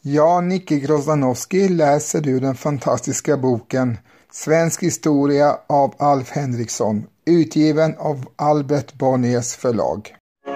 Jag, Nicke Grozdanowski, läser du den fantastiska boken Svensk historia av Alf Henriksson, utgiven av Albert Bonniers förlag.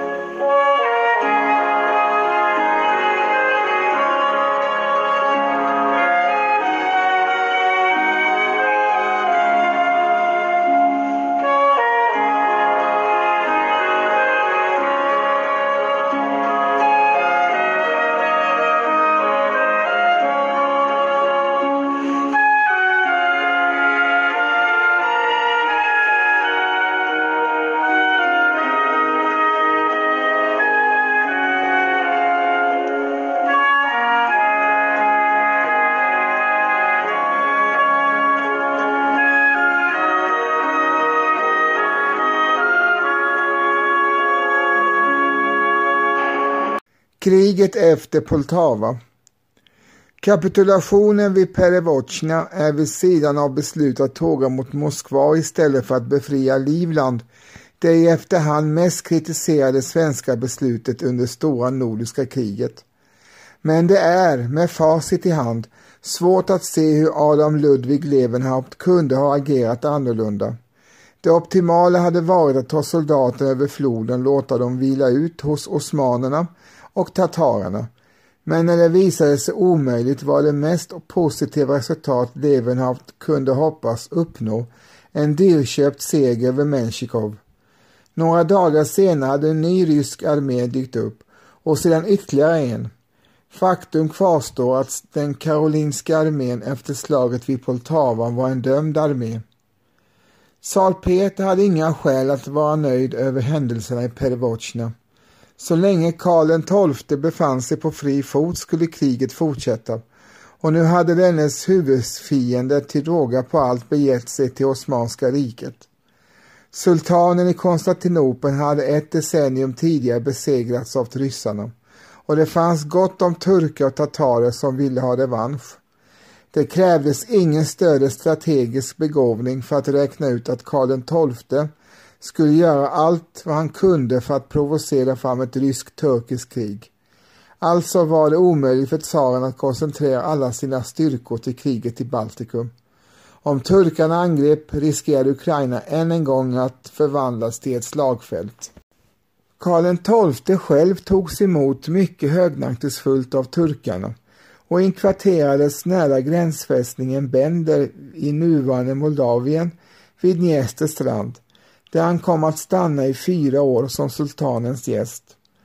Kriget efter Poltava. Kapitulationen vid Perevochna är vid sidan av beslutet att tåga mot Moskva istället för att befria Livland, det i efterhand mest kritiserade svenska beslutet under stora nordiska kriget. Men det är, med facit i hand, svårt att se hur Adam Ludvig Lewenhaupt kunde ha agerat annorlunda. Det optimala hade varit att ta soldaterna över floden och låta dem vila ut hos osmanerna och tatarerna. Men när det visade sig omöjligt var det mest positiva resultat Lewenhaupt kunde hoppas uppnå en dyrköpt seger över Menshikov. Några dagar senare hade en ny rysk armé dykt upp och sedan ytterligare en. Faktum kvarstår att den karolinska armén efter slaget vid Poltava var en dömd armé. Tsar Peter hade inga skäl att vara nöjd över händelserna i Perevochna. Så länge Karl XII befann sig på fri fot skulle kriget fortsätta, och nu hade dennes huvudfiende till råga på allt begett sig till Osmanska riket. Sultanen i Konstantinopel hade ett decennium tidigare besegrats av ryssarna, och det fanns gott om turkar och tatarer som ville ha revansch. Det krävdes ingen större strategisk begåvning för att räkna ut att Karl XII skulle göra allt vad han kunde för att provocera fram ett rysk-turkiskt krig. Alltså var det omöjligt för tsaren att koncentrera alla sina styrkor till kriget i Baltikum. Om turkarna angrep riskerade Ukraina än en gång att förvandlas till ett slagfält. Karl XII själv togs emot mycket högaktingsfullt av turkarna och inkvarterades nära gränsfästningen Bender i nuvarande Moldavien vid Dnesters strand, där han kom att stanna i 4 år som sultanens gäst.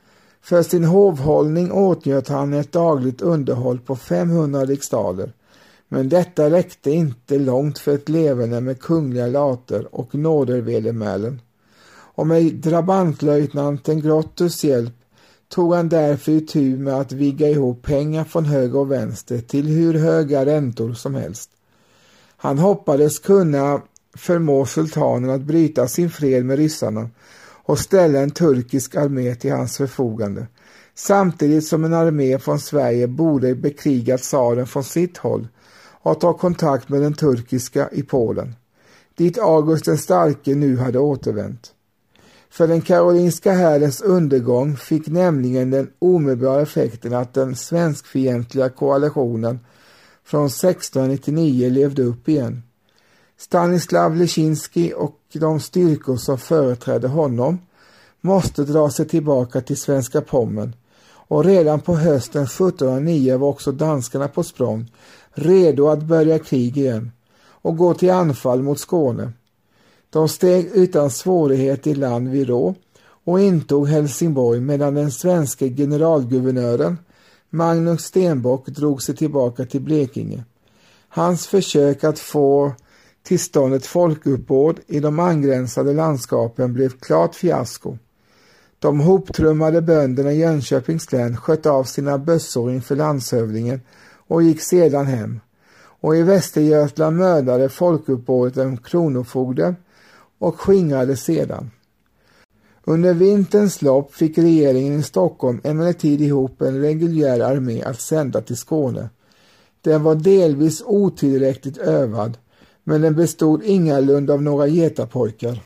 För sin hovhållning åtnjöt han ett dagligt underhåll på 500 riksdaler, men detta räckte inte långt för ett levande med kungliga later och nådervedermälen. Och med drabantlöjtnanten Grottus hjälp tog han därför itu med att vigga ihop pengar från höger och vänster till hur höga räntor som helst. Han hoppades kunna förmå sultanen att bryta sin fred med ryssarna och ställa en turkisk armé till hans förfogande, samtidigt som en armé från Sverige borde bekriga tsaren från sitt håll och ta kontakt med den turkiska i Polen, dit August den starke nu hade återvänt. För den karolinska härdens undergång fick nämligen den omedelbara effekten att den svenskfientliga koalitionen från 1699 levde upp igen. Stanislav Leszczynski och de styrkor som företrädde honom måste dra sig tillbaka till Svenska Pommern, och redan på hösten 1709 var också danskarna på språng, redo att börja krig igen och gå till anfall mot Skåne. De steg utan svårighet i land vid Rå och intog Helsingborg, medan den svenska generalguvernören Magnus Stenbock drog sig tillbaka till Blekinge. Hans försök att få till stånd ett folkuppbåd i de angränsade landskapen blev klart fiasko. De hoptrummade bönderna i Jönköpings län sköt av sina bössor inför landshövdingen och gick sedan hem. Och i Västergötland mördade folkuppbådet en kronofogde och skingrade sedan. Under vinterns lopp fick regeringen i Stockholm emellertid ihop en reguljär armé att sända till Skåne. Den var delvis otillräckligt övad, men den bestod ingalunda av några getapojkar.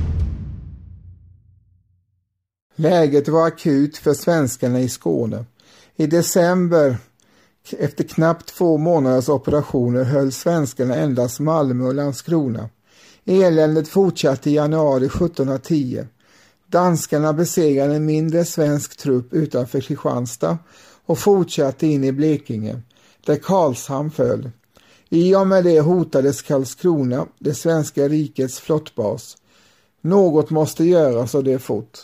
Läget var akut för svenskarna i Skåne. I december, efter knappt 2 månaders operationer, höll svenskarna endast Malmö och Landskrona. Eländet fortsatte i januari 1710. Danskarna besegrade en mindre svensk trupp utanför Kristianstad och fortsatte in i Blekinge, där Karlshamn föll. I och med det hotades Karlskrona, det svenska rikets flottbas. Något måste göras och det fort.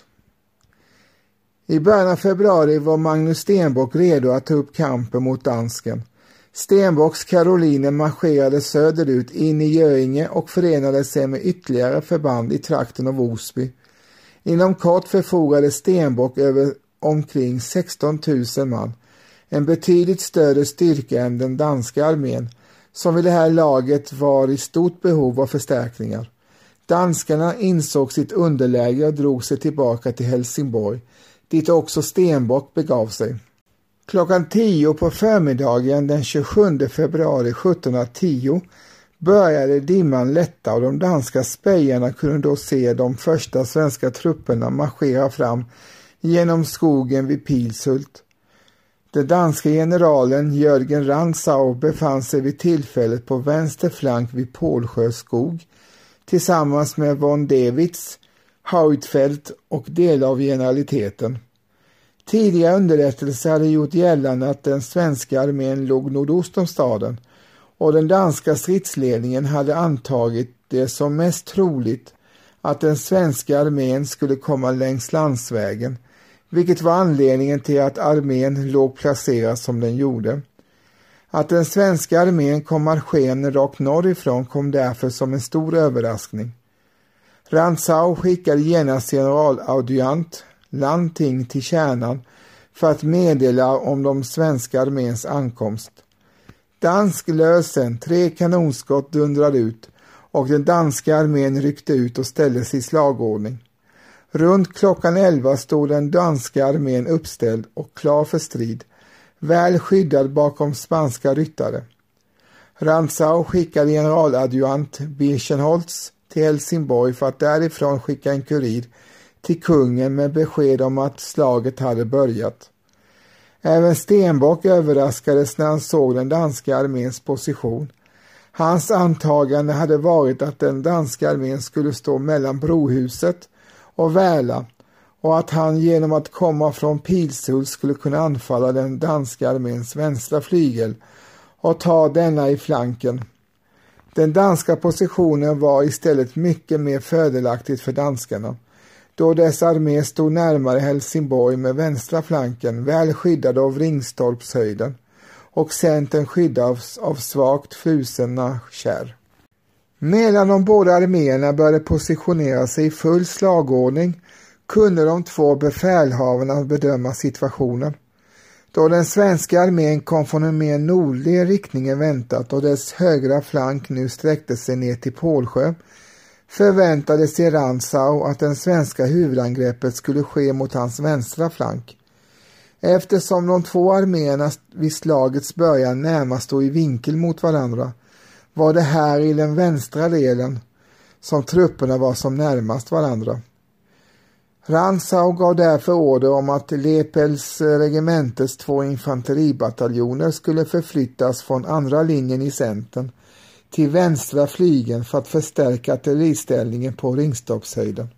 I början av februari var Magnus Stenbock redo att ta upp kampen mot dansken. Stenbocks karoliner marscherade söderut in i Göinge och förenade sig med ytterligare förband i trakten av Osby. Inom kort förfogade Stenbock över omkring 16 000 man, en betydligt större styrka än den danska armén, som vid det här laget var i stort behov av förstärkningar. Danskarna insåg sitt underläge och drog sig tillbaka till Helsingborg, dit också Stenbock begav sig. Klockan 10 på förmiddagen den 27 februari 1710 började dimman lätta och de danska spejarna kunde då se de första svenska trupperna marschera fram genom skogen vid Pilshult. Den danska generalen Jörgen Rantzau befann sig vid tillfället på vänster flank vid Pålsjö skog tillsammans med von Dewitz, Hautfeldt och delar av generaliteten. Tidigare underrättelser hade gjort gällande att den svenska armén låg nordost om staden och den danska stridsledningen hade antagit det som mest troligt att den svenska armén skulle komma längs landsvägen, vilket var anledningen till att armén låg placerad som den gjorde. Att den svenska armén kom marscherande rakt norrifrån kom därför som en stor överraskning. Rantzau skickade genast generaladjutant Lanting till Kärnan för att meddela om de svenska arméns ankomst. Dansk lösen, 3 kanonskott dundrade ut och den danska armén ryckte ut och ställde sig i slagordning. Runt klockan 11 stod den danska armén uppställd och klar för strid, väl skyddad bakom spanska ryttare. Rantzau skickade generaladjutant Birchenholtz till Helsingborg för att därifrån skicka en kurir till kungen med besked om att slaget hade börjat. Även Stenbock överraskades när han såg den danska arméns position. Hans antagande hade varit att den danska armén skulle stå mellan Brohuset och Väla och att han genom att komma från Pilshult skulle kunna anfalla den danska arméns vänstra flygel och ta denna i flanken. Den danska positionen var istället mycket mer fördelaktigt för danskarna, då dess armé stod närmare Helsingborg med vänstra flanken väl skyddad av Ringstorpshöjden och centern skyddad av svagt frusna kärr. Medan de båda arméerna började positionera sig i full slagordning kunde de 2 befälhavarna bedöma situationen. Då den svenska armén kom från en mer nordlig riktning än väntat och dess högra flank nu sträckte sig ner till Pålsjö, förväntade sig Rantzau att den svenska huvudangreppet skulle ske mot hans vänstra flank. Eftersom de 2 arméerna vid slagets början närmast stod i vinkel mot varandra, var det här i den vänstra delen som trupperna var som närmast varandra. Rantzau gav därför order om att Lepels regementets 2 infanteribataljoner skulle förflyttas från andra linjen i centern till vänstra flygen för att förstärka artilleriställningen på Ringstorpshöjden.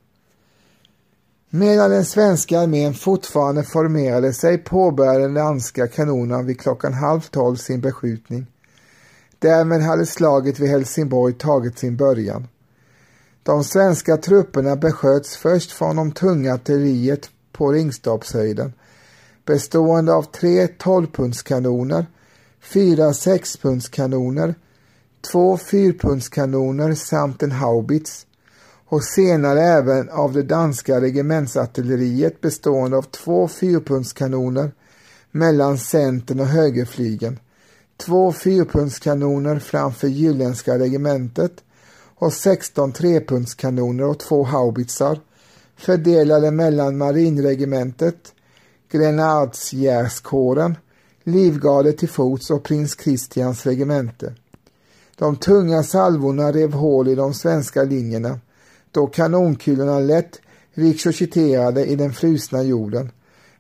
Medan den svenska armén fortfarande formerade sig påbörjade den danska kanonen vid klockan 11:30 sin beskjutning. Därmed hade slaget vid Helsingborg tagit sin början. De svenska trupperna besköts först från de tunga artilleriet på Ringstorpshöjden, bestående av 3 12-punktskanoner, 4 6-punktskanoner, 2 4-punktskanoner samt en haubits, och senare även av det danska regementsartilleriet bestående av 2 4-punktskanoner mellan centern och högerflygen, 2 4-punktskanoner framför Jylländska regementet och 16 3-punktskanoner och 2 haubitsar fördelade mellan marinregementet, Grenadjärskåren, Livgardet till fots och prins Christians regemente. De tunga salvorna rev hål i de svenska linjerna, då kanonkulorna lätt ricocheterade i den frusna jorden,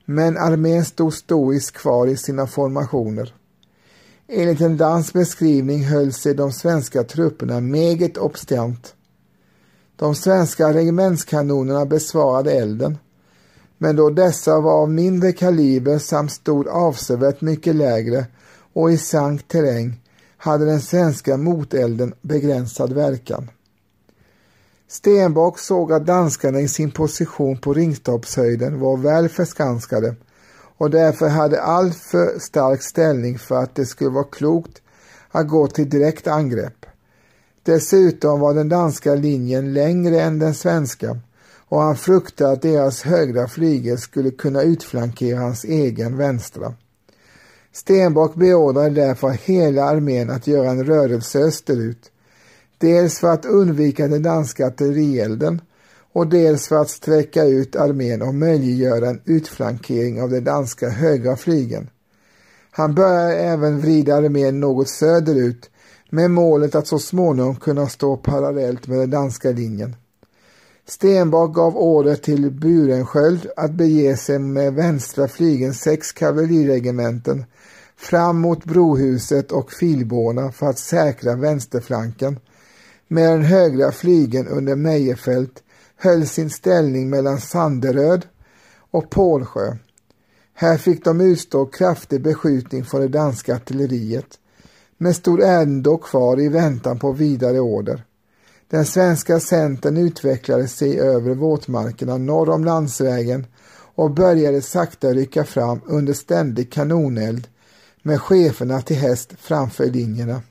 men armén stod stoiskt kvar i sina formationer. Enligt en dansk beskrivning höll sig de svenska trupperna meget obstinat. De svenska regementskanonerna besvarade elden, men då dessa var av mindre kaliber samt stod avsevärt mycket lägre och i sank terräng hade den svenska motelden begränsad verkan. Stenbock såg att danskarna i sin position på Ringstorpshöjden var väl förskanskade och därför hade alltför stark ställning för att det skulle vara klokt att gå till direkt angrepp. Dessutom var den danska linjen längre än den svenska och han fruktade att deras högra flygel skulle kunna utflankera hans egen vänstra. Stenbock beordrade därför hela armén att göra en rörelse österut, dels för att undvika den danska artillerielden och dels för att sträcka ut armén och möjliggöra en utflankering av den danska högra flygeln. Han började även vrida armén något söderut med målet att så småningom kunna stå parallellt med den danska linjen. Stenbock gav order till Burenskjöld att bege sig med vänstra flygen 6 kavalleriregementen fram mot Brohuset och Filborna för att säkra vänsterflanken, med den högra flygen under Mejerfält höll sin ställning mellan Sanderöd och Pålsjö. Här fick de utstå kraftig beskjutning från det danska artilleriet, men stod ändå kvar i väntan på vidare order. Den svenska centern utvecklade sig över våtmarkerna norr om landsvägen och började sakta rycka fram under ständig kanoneld med cheferna till häst framför linjerna.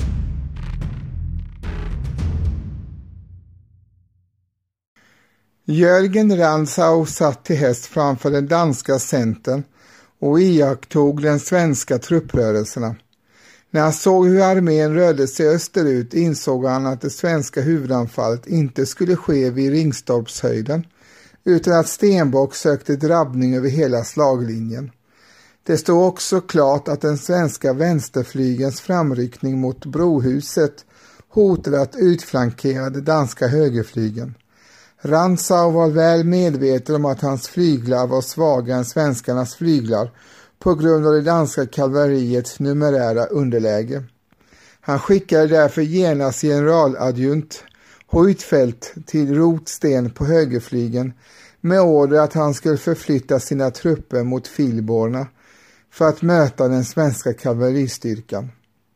Jörgen Rantzau satt till häst framför den danska centern och iakttog den svenska trupprörelserna. När han såg hur armén rörde sig österut insåg han att det svenska huvudanfallet inte skulle ske vid Ringstorpshöjden utan att Stenbock sökte drabbning över hela slaglinjen. Det stod också klart att den svenska vänsterflygens framryckning mot Brohuset hotade att utflankera det danska högerflygen. Rantzau var väl medveten om att hans flyglar var svagare än svenskarnas flyglar på grund av det danska kavalleriets numerära underläge. Han skickade därför genast generaladjunt Huitfeldt till Rotsten på högerflygen med order att han skulle förflytta sina trupper mot Filborna för att möta den svenska kavalleristyrkan.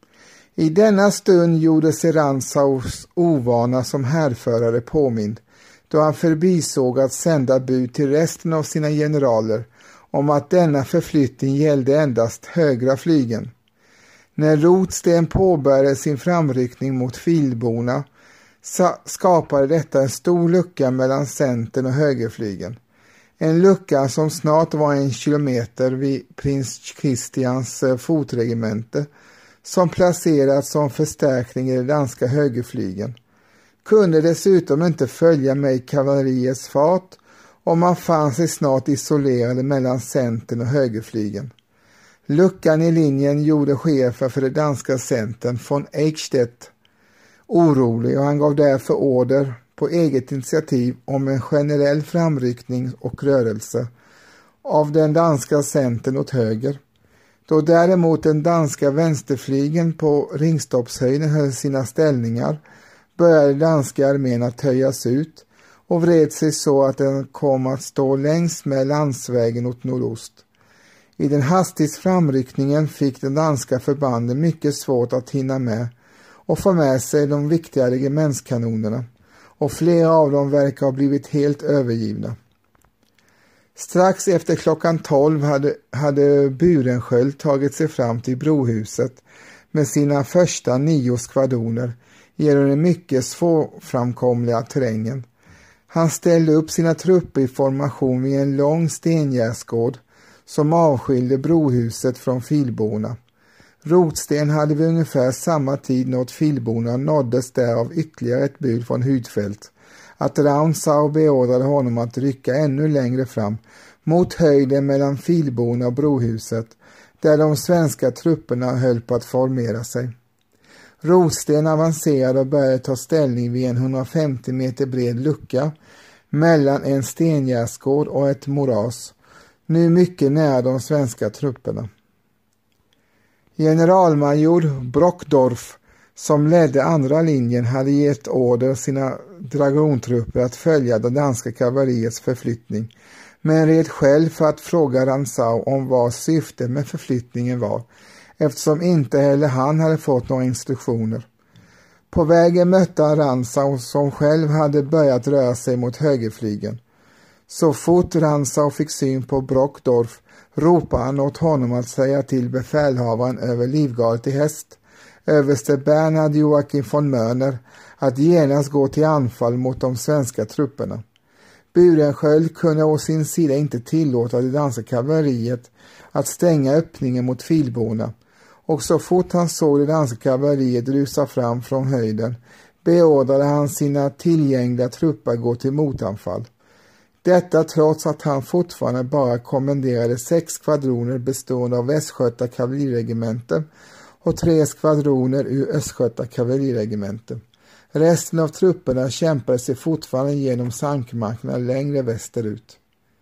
I denna stund gjorde sig Rantzaus ovana som härförare påmind, då han förbisåg att sända bud till resten av sina generaler om att denna förflyttning gällde endast högra flygen. När Rotsten påbörjade sin framryckning mot Filborna skapade detta en stor lucka mellan centern och högerflygen. En lucka som snart var 1 kilometer vid prins Christians fotregemente, som placerats som förstärkning i den danska högerflygen. Kunde dessutom inte följa med kavalleriets fart och man fann sig snart isolerade mellan centern och högerflygen. Luckan i linjen gjorde chefen för det danska centern von Eichstätt orolig och han gav därför order på eget initiativ om en generell framryckning och rörelse av den danska centern åt höger. Då däremot den danska vänsterflygen på Ringstorpshöjden höll sina ställningar började danska armén att höjas ut och vred sig så att den kom att stå längs med landsvägen åt nordost. I den hastigt framryckningen fick den danska förbanden mycket svårt att hinna med och få med sig de viktiga regementskanonerna, och flera av dem verkar ha blivit helt övergivna. Strax efter klockan 12 hade Burenskjöld tagit sig fram till Brohuset med sina första 9 skvadroner genom den mycket svårframkomliga terrängen. Han ställde upp sina trupper i formation vid en lång stengärdsgård som avskilde Brohuset från Filborna. Rotsten hade vid ungefär samma tid nått Filborna och nåddes där av ytterligare ett bud från Huitfeldt att Rantzau beordrade honom att rycka ännu längre fram mot höjden mellan Filborna och Brohuset, där de svenska trupperna höll på att formera sig. Rotsten avancerade och började ta ställning vid en 150 meter bred lucka mellan en stengärdsgård och ett moras, nu mycket nära de svenska trupperna. Generalmajor Brockdorf, som ledde andra linjen, hade gett order sina dragontrupper att följa det danska kavalleriets förflyttning, men red själv för att fråga Rantzau om vad syftet med förflyttningen var, eftersom inte heller han hade fått några instruktioner. På vägen mötte han Rantzau, som själv hade börjat röra sig mot högerflygeln. Så fort Rantzau fick syn på Brockdorf ropade han åt honom att säga till befälhavaren över livgardet i häst, överste Bernhard Joachim von Mörner, att genast gå till anfall mot de svenska trupperna. Burenskjöld kunde å sin sida inte tillåta det danska kavalleriet att stänga öppningen mot Filborna, och så fort han såg det danska kavalleriet rusa fram från höjden beordrade han sina tillgängliga trupper gå till motanfall. Detta trots att han fortfarande bara kommenderade 6 skvadroner bestående av Västgöta kavalleriregementen och 3 skvadroner ur Östgöta kavalleriregementen. Resten av trupperna kämpade sig fortfarande genom sankmarkerna längre västerut.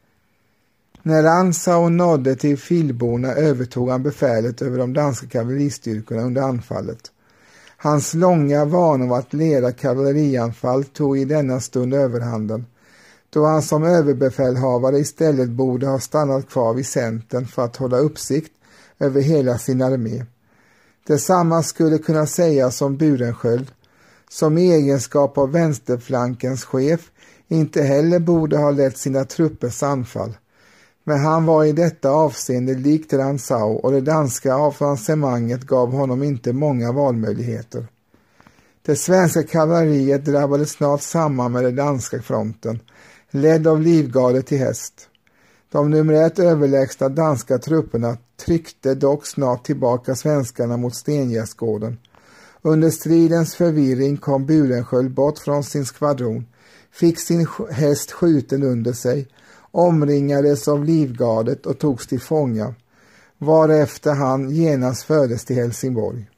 När Rantzau nådde till Filborna övertog han befälet över de danska kavallistyrkorna under anfallet. Hans långa vana av att leda kavallerianfall tog i denna stund överhanden, då han som överbefälhavare istället borde ha stannat kvar vid centern för att hålla uppsikt över hela sin armé. Detsamma skulle kunna sägas om Burenskjöld, som i egenskap av vänsterflankens chef inte heller borde ha lett sina truppers anfall. Men han var i detta avseende likt Rantzau, och det danska avancemanget gav honom inte många valmöjligheter. Det svenska kavalleriet drabbade snart samman med den danska fronten, ledd av livgardet till häst. De numerärt överlägsna danska trupperna tryckte dock snart tillbaka svenskarna mot Stengärdsgården. Under stridens förvirring kom Burenskjöld bort från sin skvadron, fick sin häst skjuten under sig, omringades av livgardet och togs till fånga, varefter han genast fördes till Helsingborg.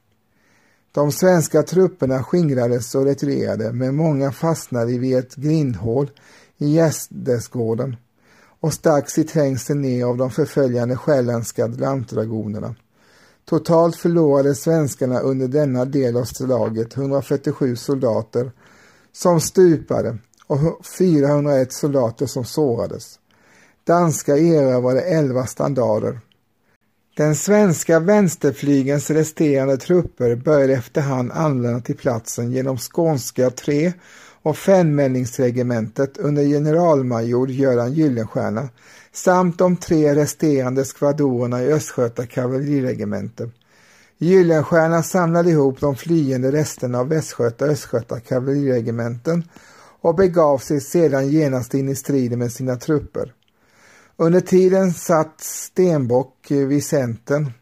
De svenska trupperna skingrades och retirerade, men många fastnade vid ett grindhål i Gärdesgården och stacks i trängseln ner av de förföljande själländska lantdragonerna. Totalt förlorade svenskarna under denna del av slaget 147 soldater som stupade och 401 soldater som sårades. Danska erövrade 11 standarder. Den svenska vänsterflygens resterande trupper började efterhand anlända till platsen genom skånska 3 och 5-männingsregementet under generalmajor Göran Gyllenstierna samt de 3 resterande skvadronerna i Östgöta kavalleriregementet. Gyllenstierna samlade ihop de flyende resterna av Västgöta och Östgöta kavalleriregementen och begav sig sedan genast in i striden med sina trupper. Under tiden satt Stenbock vid centern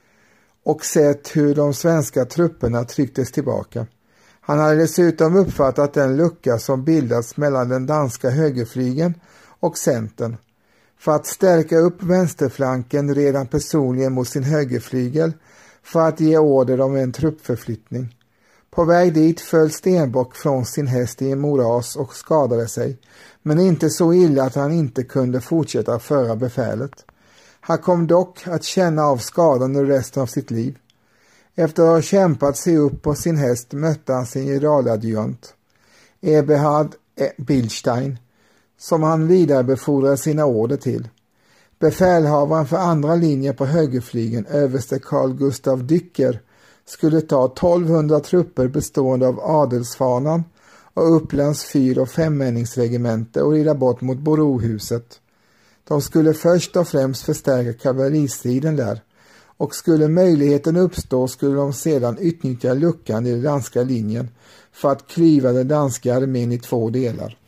och sett hur de svenska trupperna trycktes tillbaka. Han hade dessutom uppfattat den lucka som bildats mellan den danska högerflygen och centern. För att stärka upp vänsterflanken redan personligen mot sin högerflygel för att ge order om en truppförflyttning. På väg dit föll Stenbock från sin häst i en moras och skadade sig, men inte så illa att han inte kunde fortsätta föra befälet. Han kom dock att känna av skadan under resten av sitt liv. Efter att ha kämpat sig upp på sin häst mötte han sin generaladjutant, Eberhard Bildstein, som han vidarebefordrade sina order till. Befälhavaren för andra linjen på högerflygen, överste Carl Gustav Dycker, skulle ta 1200 trupper bestående av Adelsfanan och Upplands 4- och 5-männingsregemente och rida bort mot Borohuset. De skulle först och främst förstärka kavalleristriden där, och skulle möjligheten uppstå skulle de sedan utnyttja luckan i den danska linjen för att klyva den danska armén i 2 delar.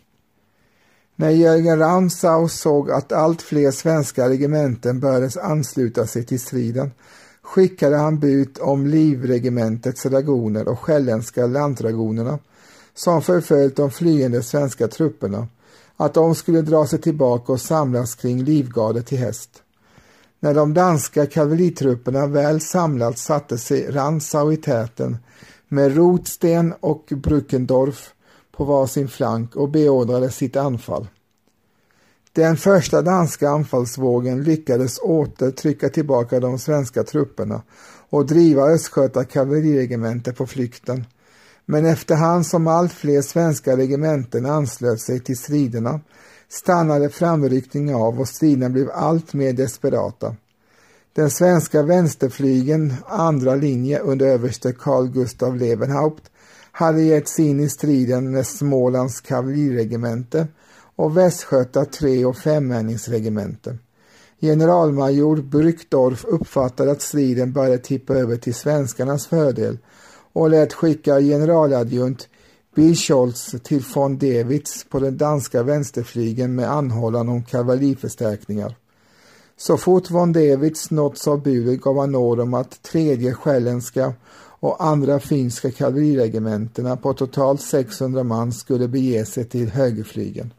När Jörgen Rantzau såg att allt fler svenska regementen började ansluta sig till striden, skickade han bud om livregementets dragoner och själländska lantdragonerna, som förföljt de flyende svenska trupperna, att de skulle dra sig tillbaka och samlas kring livgardet till häst. När de danska kavalleritrupperna väl samlats satte sig Rantzau i täten med Rotsten och Bruckendorf på var sin flank och beordrade sitt anfall. Den första danska anfallsvågen lyckades åter trycka tillbaka de svenska trupperna och driva Östgöta kavalleriregementer på flykten. Men efterhand som allt fler svenska regementen anslöt sig till striderna stannade framryckningen av och striderna blev allt mer desperata. Den svenska vänsterflygen, andra linje under överste Carl Gustav Levenhaupt, hade gett sig in i striden med Smålands kavalleriregemente och Västgöta 3- och 5-männingsregemente. Generalmajor Brückdorf uppfattade att striden började tippa över till svenskarnas fördel och lät skicka generaladjunt Bircholz till von Dewitz på den danska vänsterflygen med anhållan om kavalleriförstärkningar. Så fort von Dewitz nåtts av budet gav han order om att tredje själländska och andra finska kavalleriregementerna på totalt 600 man skulle bege sig till högerflygen.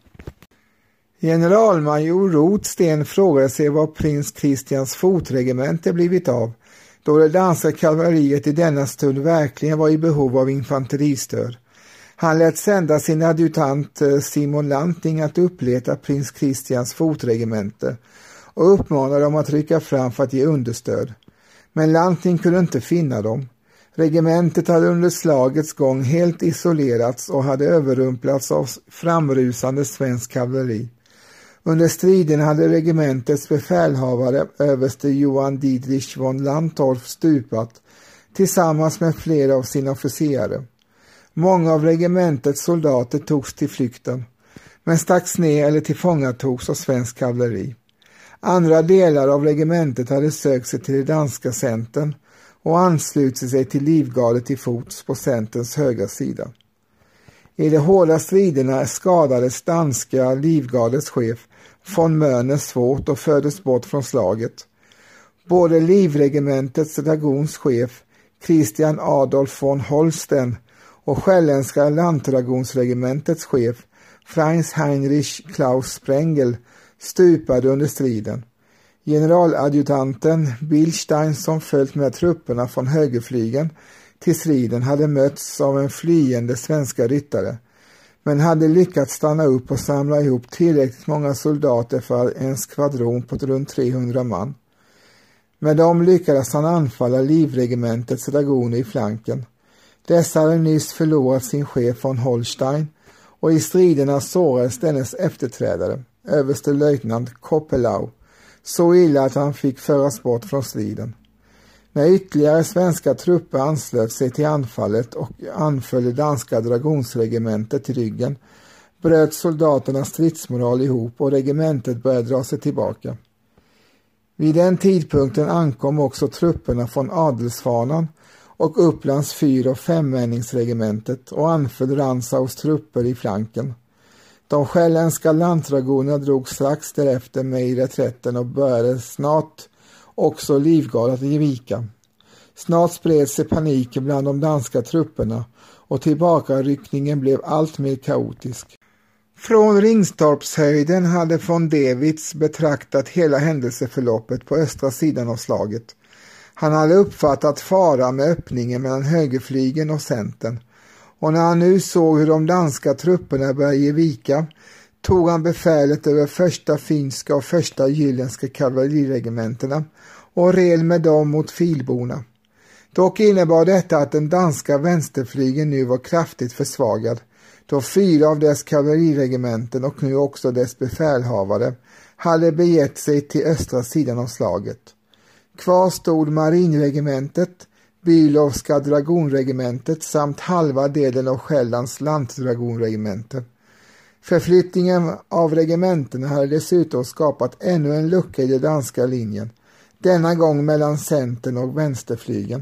Generalmajor Rotsten frågade sig vad prins Christians fotregemente blivit av, då det danska kavalleriet i denna stund verkligen var i behov av infanteristöd. Han lät sända sin adjutant Simon Lanting att uppleta prins Christians fotregemente och uppmanade dem att rycka fram för att ge understöd. Men Lanting kunde inte finna dem. Regementet hade under slagets gång helt isolerats och hade överrumplats av framrusande svensk kavalleri. Under striden hade regementets befälhavare överste Johan Dietrich von Landtorff stupat tillsammans med flera av sina officerare. Många av regementets soldater togs till flykten, men stacks ner eller tillfångatogs av svensk kavalleri. Andra delar av regementet hade sökt sig till det danska centern och anslutit sig till livgardet till fots på centerns högra sida. I de hårda striderna skadades danska livgardets chef von Möner svårt och fördes bort från slaget. Både livregementets dragonschef Christian Adolf von Holsten och själländska landdragonsregementets chef Franz Heinrich Klaus Sprengel stupade under striden. Generaladjutanten Bilstein, som följt med trupperna från högerflygen till striden, hade mötts av en flyende svenska ryttare, men hade lyckats stanna upp och samla ihop tillräckligt många soldater för en skvadron på runt 300 man. Med dem lyckades han anfalla livregementets dragoner i flanken. Dessa hade nyss förlorat sin chef von Holstein och i striderna sårades dennes efterträdare, överste löjtnant Koppelau, så illa att han fick föras bort från striden. När ytterligare svenska trupper anslöt sig till anfallet och anföll det danska dragonsregementet i ryggen, bröt soldaternas stridsmoral ihop och regementet började dra sig tillbaka. Vid den tidpunkten ankom också trupperna från Adelsfanan och Upplands 4- och 5-männingsregementet och anföll Rantzaus trupper i flanken. De själländska landdragonerna drog strax därefter med i reträtten och började snart också livgardet ge vika. Snart spred sig paniken bland de danska trupperna och tillbakaryckningen blev allt mer kaotisk. Från Ringstorpshöjden hade von Dewitz betraktat hela händelseförloppet på östra sidan av slaget. Han hade uppfattat fara med öppningen mellan högerflygen och centern, och när han nu såg hur de danska trupperna började ge vika tog han befälet över första finska och första jylländska kavalleriregementerna och red med dem mot Filborna. Dock innebar detta att den danska vänsterflygen nu var kraftigt försvagad, då 4 av dess kavalleriregementen och nu också dess befälhavare hade begett sig till östra sidan av slaget. Kvar stod marinregementet, Bylowska dragonregementet samt halva delen av Själlands landdragonregemente. Förflyttningen av regementerna hade dessutom skapat ännu en lucka i den danska linjen, denna gång mellan centern och vänsterflygen.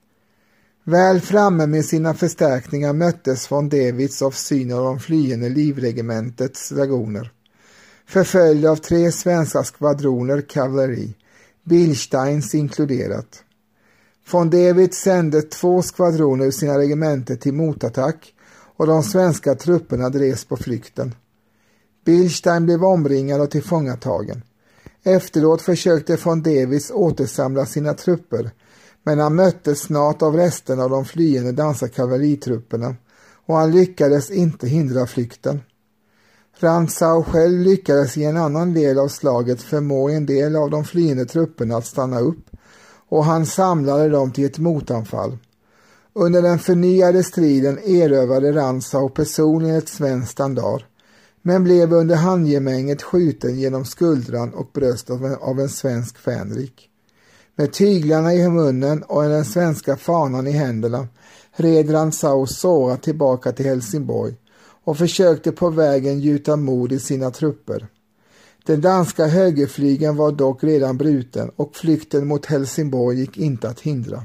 Väl framme med sina förstärkningar möttes von Dewitz av synen av de flyende livregementets dragoner. Förföljd av 3 svenska skvadroner kavalleri, Bilsteins inkluderat. Von Dewitz sände 2 skvadroner ur sina regementer till motattack och de svenska trupperna drevs på flykten. Bilstein blev omringad och tillfångatagen. Efteråt försökte von Dewitz återsamla sina trupper, men han möttes snart av resten av de flyende danska kavalleritrupperna och han lyckades inte hindra flykten. Rantzau själv lyckades i en annan del av slaget förmå en del av de flyende trupperna att stanna upp och han samlade dem till ett motanfall. Under den förnyade striden erövrade Rantzau personligen ett svenskt standard, men blev under handgemänget skjuten genom skuldran och bröst av en svensk fänrik. Med tyglarna i munnen och den svenska fanan i händerna red Rantzau sårat tillbaka till Helsingborg och försökte på vägen gjuta mod i sina trupper. Den danska högerflygeln var dock redan bruten och flykten mot Helsingborg gick inte att hindra.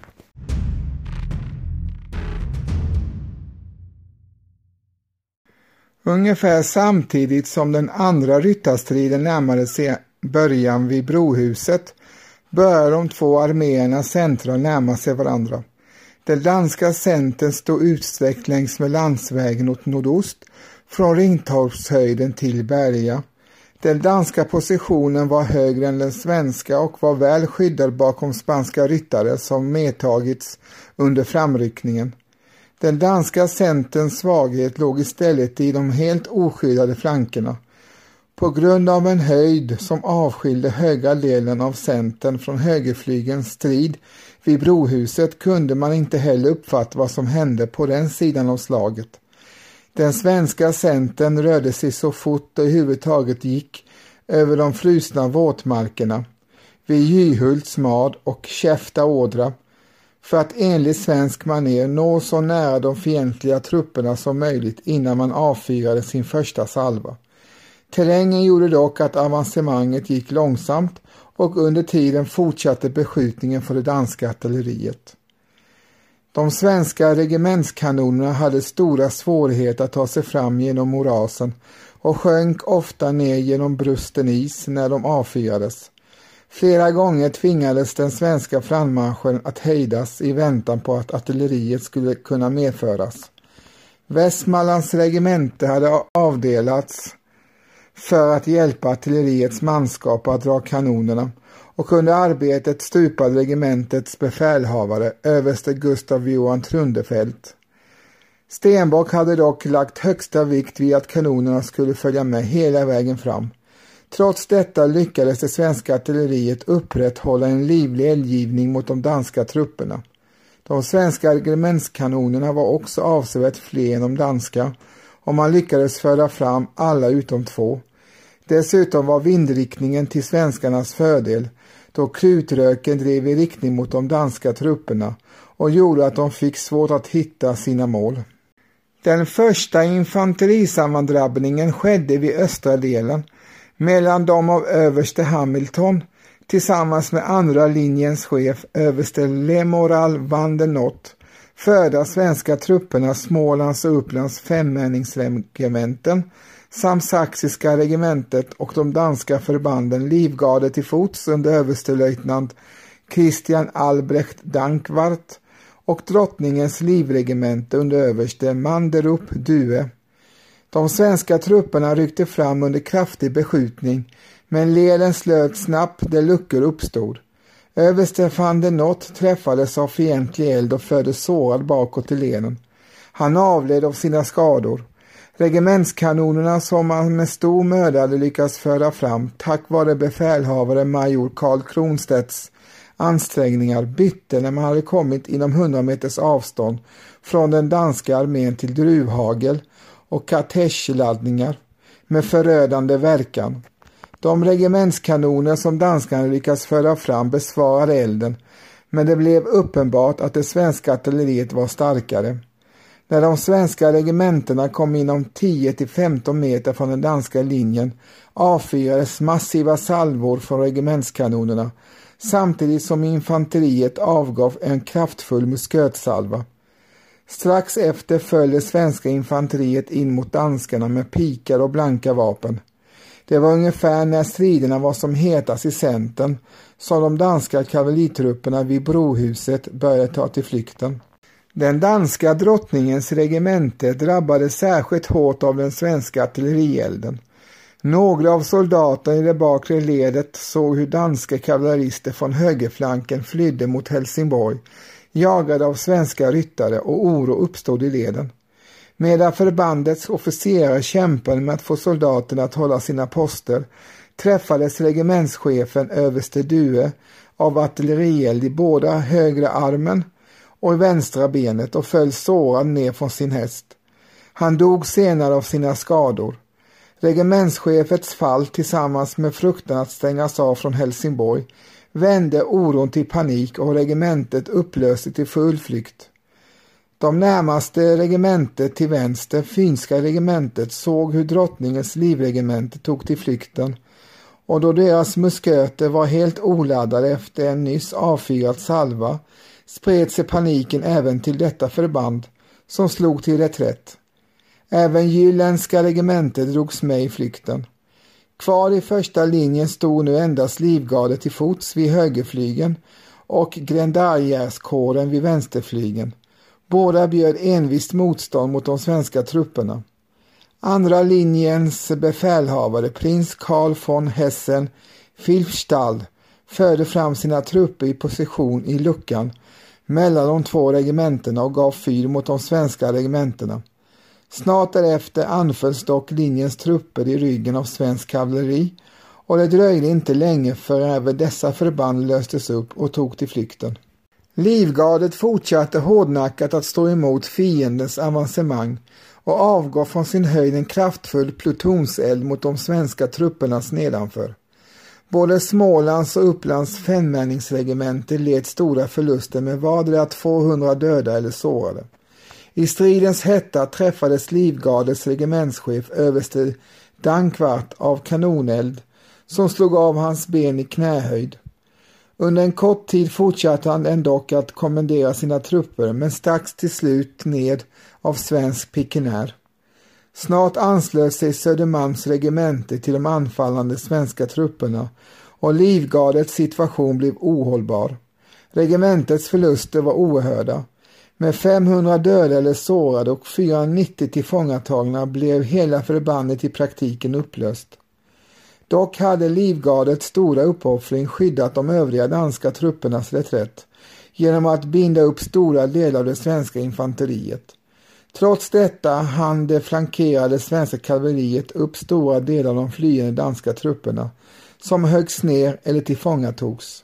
Ungefär samtidigt som den andra ryttarstriden närmade sig början vid Brohuset började de två arméerna centra närma sig varandra. Den danska centern stod utsträckt längs med landsvägen åt nordost från Ringtorpshöjden till Berga. Den danska positionen var högre än den svenska och var väl skyddad bakom spanska ryttare som medtagits under framryckningen. Den danska centerns svaghet låg istället i de helt oskyddade flankerna. På grund av en höjd som avskilde höga delen av centern från högerflygens strid vid Brohuset kunde man inte heller uppfatta vad som hände på den sidan av slaget. Den svenska centern rörde sig så fort det överhuvudtaget gick över de frusna våtmarkerna vid Gyhults mad och Käfta ådra för att enligt svensk manér nå så nära de fientliga trupperna som möjligt innan man avfyrade sin första salva. Terrängen gjorde dock att avancemanget gick långsamt och under tiden fortsatte beskjutningen för det danska artilleriet. De svenska regementskanonerna hade stora svårigheter att ta sig fram genom morasen och sjönk ofta ner genom brusten is när de avfyrades. Flera gånger tvingades den svenska frammarschen att hejdas i väntan på att artilleriet skulle kunna medföras. Västmanlands regemente hade avdelats för att hjälpa artilleriets manskap att dra kanonerna och under arbetet stupade regementets befälhavare överste Gustav Johan Trundefelt. Stenbock hade dock lagt högsta vikt vid att kanonerna skulle följa med hela vägen fram. Trots detta lyckades det svenska artilleriet upprätthålla en livlig eldgivning mot de danska trupperna. De svenska regementskanonerna var också avsevärt fler än de danska och man lyckades föra fram alla utom två. Dessutom var vindriktningen till svenskarnas fördel då krutröken drev i riktning mot de danska trupperna och gjorde att de fick svårt att hitta sina mål. Den första infanterisammandrabbningen skedde vid östra delen mellan de av överste Hamilton tillsammans med andra linjens chef överste Lemoral van den Not förda svenska trupperna Smålands och Upplands femmänningsregementen samt saxiska regementet och de danska förbanden Livgardet till fots under överstelöjtnant Christian Albrecht Dankwart och drottningens livregemente under överste Manderup Due. De svenska trupperna ryckte fram under kraftig beskjutning, men leden slöt snabbt där luckor uppstod. Överste van den Not träffades av fientlig eld och fördes sårad bakåt i leden. Han avled av sina skador. Regementskanonerna som man med stor möda hade lyckats föra fram tack vare befälhavare major Karl Kronstedts ansträngningar bytte när man hade kommit inom 100 meters avstånd från den danska armén till druvhagel och kartäschladdningar med förödande verkan. De regementskanoner som danskarna lyckats föra fram besvarade elden, men det blev uppenbart att det svenska artilleriet var starkare. När de svenska regementerna kom inom 10-15 meter från den danska linjen avfyrades massiva salvor från regementskanonerna samtidigt som infanteriet avgav en kraftfull muskötsalva. Strax efter föll det svenska infanteriet in mot danskarna med pikar och blanka vapen. Det var ungefär när striderna var som hetast i centern som de danska kavalleritrupperna vid Brohuset började ta till flykten. Den danska drottningens regemente drabbade särskilt hårt av den svenska artillerielden. Några av soldaterna i det bakre ledet såg hur danska kavallerister från högerflanken flydde mot Helsingborg, jagade av svenska ryttare och oro uppstod i leden. Medan förbandets officerare kämpade med att få soldaterna att hålla sina poster träffades regementschefen överste Due av artillerield i båda högra armen och i vänstra benet och föll sårad ner från sin häst. Han dog senare av sina skador. Regementschefens fall tillsammans med fruktan att stängas av från Helsingborg vände oron till panik och regementet upplöste till full flykt. De närmaste regementet till vänster, finska regementet, såg hur drottningens livregemente tog till flykten, och då deras musköter var helt oladdade efter en nyss avfyrad salva spred sig paniken även till detta förband som slog till reträtt. Även jylländska regementet drogs med i flykten. Kvar i första linjen stod nu endast livgardet till fots vid högerflygen och grendarjärskåren vid vänsterflygen. Båda bjöd envist motstånd mot de svenska trupperna. Andra linjens befälhavare, prins Karl von Hessen Filfstall, förde fram sina trupper i position i luckan mellan de två regementena och gav fyr mot de svenska regementena. Snart därefter anfölls dock linjens trupper i ryggen av svensk kavalleri, och det dröjde inte länge förrän även dessa förband löstes upp och tog till flykten. Livgardet fortsatte hårdnackat att stå emot fiendens avancemang och avgav från sin höjd en kraftfull plutonseld mot de svenska truppernas nedanför. Både Smålands och Upplands femmänningsregemente led stora förluster med vardera 200 döda eller sårade. I stridens hetta träffades livgardets regementschef överste Dankvart av kanoneld som slog av hans ben i knähöjd. Under en kort tid fortsatte han ändock att kommendera sina trupper, men strax till slut ned av svensk pikenär. Snart anslöt sig Södermalms regemente till de anfallande svenska trupperna och livgardets situation blev ohållbar. Regementets förluster var oerhörda. Med 500 döda eller sårade och 490 tillfångatagna blev hela förbandet i praktiken upplöst. Dock hade livgardets stora uppoffring skyddat de övriga danska truppernas reträtt genom att binda upp stora delar av det svenska infanteriet. Trots detta hann det flankerade svenska kavalleriet upp stora delar av de flyende danska trupperna som höggs ner eller tillfångatogs.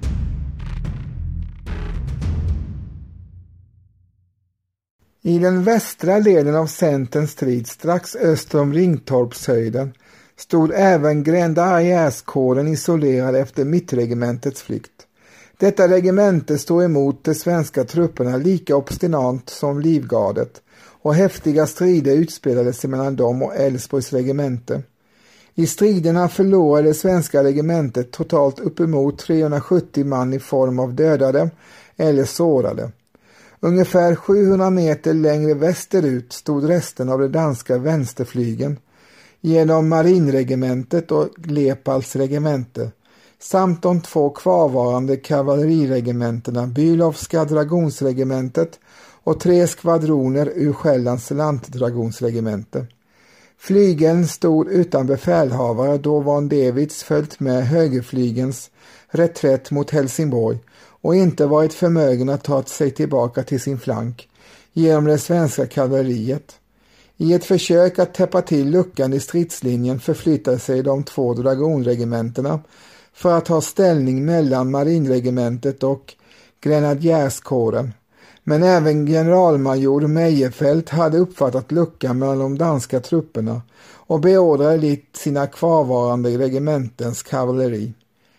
I den västra leden av Centerns strid strax öster om Ringtorpshöjden stod även grendarjärskåren isolerad efter mittregementets flykt. Detta regemente stod emot de svenska trupperna lika obstinant som livgardet, och häftiga strider utspelade sig mellan dem och Älvsborgs regemente. I striderna förlorade det svenska regementet totalt uppemot 370 man i form av dödade eller sårade. Ungefär 700 meter längre västerut stod resten av de danska vänsterflygen genom marinregementet och Lepals regemente samt de två kvarvarande kavalleriregementena Bülovska dragonsregementet och 3 skvadroner ur Själlands lantdragonsregemente. Flygeln stod utan befälhavare då von Dewitz följt med högerflygens reträtt mot Helsingborg och inte varit förmögen att ta sig tillbaka till sin flank genom det svenska kavalleriet. I ett försök att täppa till luckan i stridslinjen förflyttade sig de 2 dragonregementena för att ha ställning mellan marinregementet och grenadjärskåren. Men även generalmajor Meijerfeldt hade uppfattat luckan mellan de danska trupperna och beordrade likt sina kvarvarande regementens kavalleri.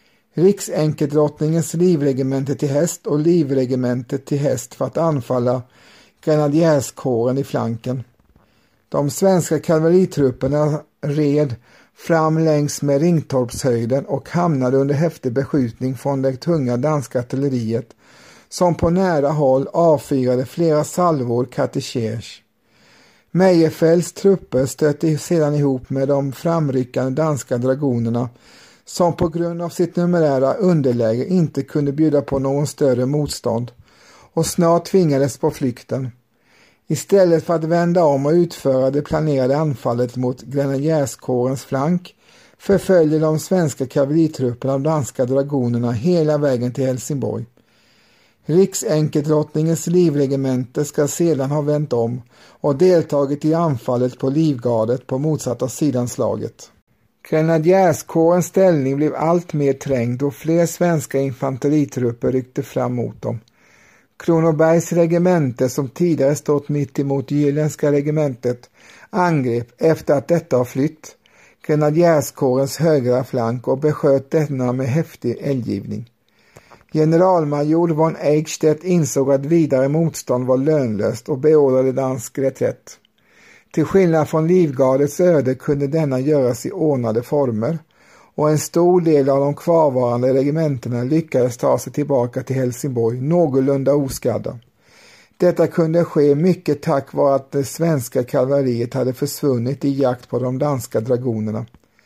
Riksenkedrottningens livregemente till häst och livregementet till häst för att anfalla grenadjärskåren i flanken. De svenska kavalleritrupperna red fram längs med Ringtorpshöjden och hamnade under häftig beskjutning från det tunga danska artilleriet som på nära håll avfyrade flera salvor katekers. Meijerfeldts trupper stötte sedan ihop med de framryckande danska dragonerna som på grund av sitt numerära underläge inte kunde bjuda på någon större motstånd och snart tvingades på flykten. Istället för att vända om och utföra det planerade anfallet mot grenadjärskårens flank förföljde de svenska kavalleritrupperna av danska dragonerna hela vägen till Helsingborg. Riksenkedrottningens livregemente ska sedan ha vänt om och deltagit i anfallet på livgardet på motsatta sidan slaget. Grenadjärskårens ställning blev allt mer trängd och fler svenska infanteritrupper ryckte fram mot dem. Kronobergs regemente, som tidigare stått mitt emot Jylländska regementet, angrep efter att detta har flytt grenadjärskårens högra flank och besköt denna med häftig eldgivning. Generalmajor von Eichstätt insåg att vidare motstånd var lönlöst och beordrade dansk reträtt. Till skillnad från livgardets öde kunde denna göras i ordnade former, och en stor del av de kvarvarande regementerna lyckades ta sig tillbaka till Helsingborg någorlunda oskadda. Detta kunde ske mycket tack vare att det svenska kavalleriet hade försvunnit i jakt på de danska dragonerna.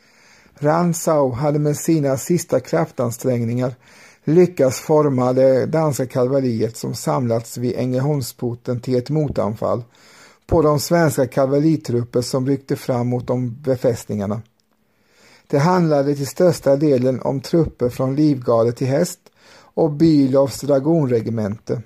Rantzau hade med sina sista kraftansträngningar lyckats forma det danska kavalleriet som samlats vid Ängelholmsporten till ett motanfall på de svenska kavalleritrupper som ryckte fram mot de befästningarna. Det handlade till största delen om trupper från livgardet till häst och Bülows dragonregemente.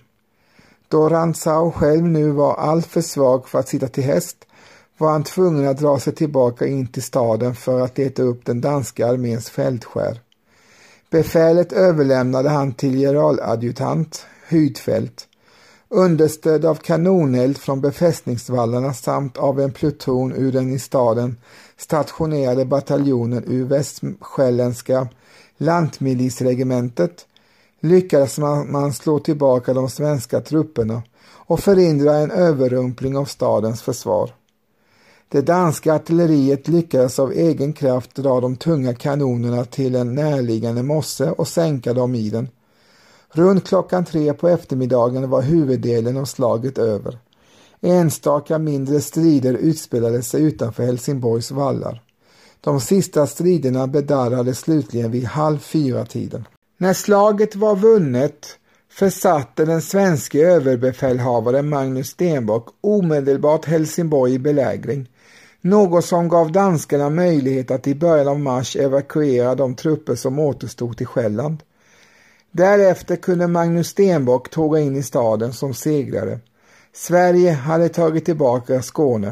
Då Rantzau själv nu var alltför svag för att sitta till häst var han tvungen att dra sig tillbaka in till staden för att leta upp den danska arméns fältskär. Befälet överlämnade han till generaladjutant Hydfeldt. Understödd av kanoneld från befästningsvallarna samt av en pluton ur den i staden stationerade bataljonen ur västsjälländska lantmilisregementet lyckades man slå tillbaka de svenska trupperna och förhindra en överrumpling av stadens försvar. Det danska artilleriet lyckades av egen kraft dra de tunga kanonerna till en närliggande mosse och sänka dem i den. Runt klockan 3 på eftermiddagen var huvuddelen av slaget över. Enstaka mindre strider utspelade sig utanför Helsingborgs vallar. De sista striderna bedarrade slutligen vid 3:30. När slaget var vunnet försatte den svenska överbefälhavaren Magnus Stenbock omedelbart Helsingborg i belägring, något som gav danskarna möjlighet att i början av mars evakuera de trupper som återstod till Själland. Därefter kunde Magnus Stenbock tåga in i staden som segrare. Sverige hade tagit tillbaka Skåne.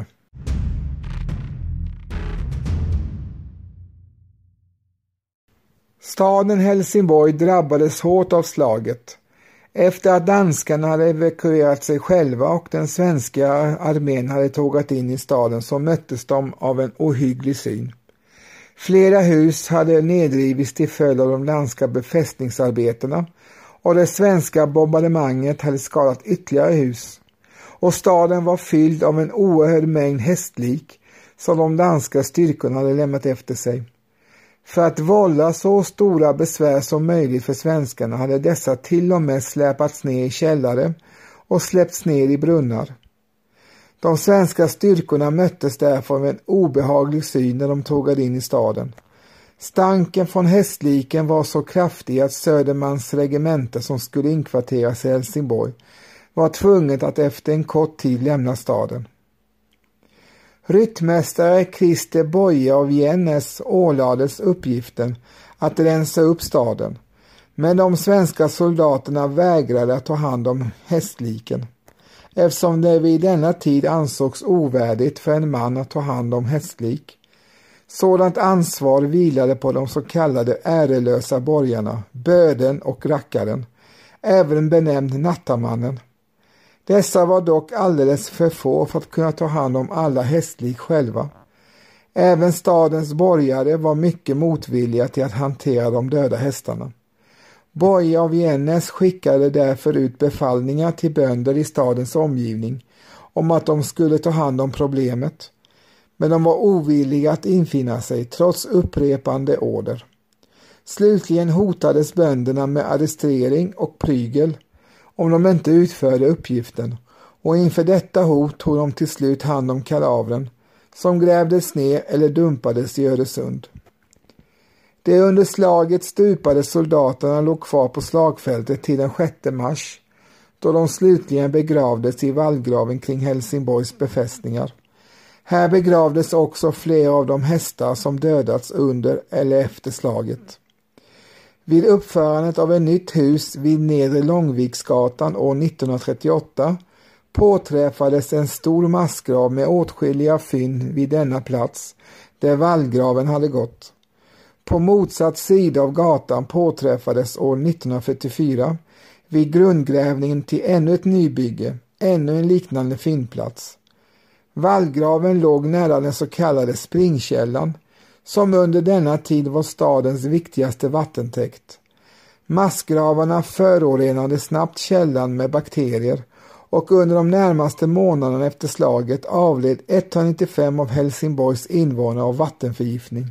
Staden Helsingborg drabbades hårt av slaget. Efter att danskarna hade evakuerat sig själva och den svenska armén hade tågat in i staden så möttes de av en ohygglig syn. Flera hus hade nedrivits till följd av de danska befästningsarbetena och det svenska bombardemanget hade skadat ytterligare hus. Och staden var fylld av en oerhörd mängd hästlik som de danska styrkorna hade lämnat efter sig. För att vålla så stora besvär som möjligt för svenskarna hade dessa till och med släpats ner i källare och släppts ner i brunnar. De svenska styrkorna möttes därför med en obehaglig syn när de tågade in i staden. Stanken från hästliken var så kraftig att Södermans regemente som skulle inkvarteras i Helsingborg var tvunget att efter en kort tid lämna staden. Ryttmästare Christer Boye av Jennes ålades uppgiften att rensa upp staden, men de svenska soldaterna vägrade att ta hand om hästliken, eftersom det vid denna tid ansågs ovärdigt för en man att ta hand om hästlik. Sådant ansvar vilade på de så kallade ärelösa borgarna, böden och rackaren, även benämnd nattamannen. Dessa var dock alldeles för få för att kunna ta hand om alla hästlik själva. Även stadens borgare var mycket motvilliga till att hantera de döda hästarna. Boye av Jennes skickade därför ut befallningar till bönder i stadens omgivning om att de skulle ta hand om problemet. Men de var ovilliga att infinna sig trots upprepande order. Slutligen hotades bönderna med arrestering och prygel om de inte utförde uppgiften, och inför detta hot tog de till slut hand om kadavren som grävdes ner eller dumpades i Öresund. De under slaget stupade soldaterna låg kvar på slagfältet till den 6 mars, då de slutligen begravdes i vallgraven kring Helsingborgs befästningar. Här begravdes också flera av de hästar som dödats under eller efter slaget. Vid uppförandet av ett nytt hus vid Nedre Långviksgatan år 1938 påträffades en stor massgrav med åtskilliga fynd vid denna plats där vallgraven hade gått. På motsatt sida av gatan påträffades år 1944 vid grundgrävningen till ännu ett nybygge, ännu en liknande fyndplats. Vallgraven låg nära den så kallade Springkällan, som under denna tid var stadens viktigaste vattentäkt. Massgravarna förorenade snabbt källan med bakterier och under de närmaste månaderna efter slaget avled 195 av Helsingborgs invånare av vattenförgiftning.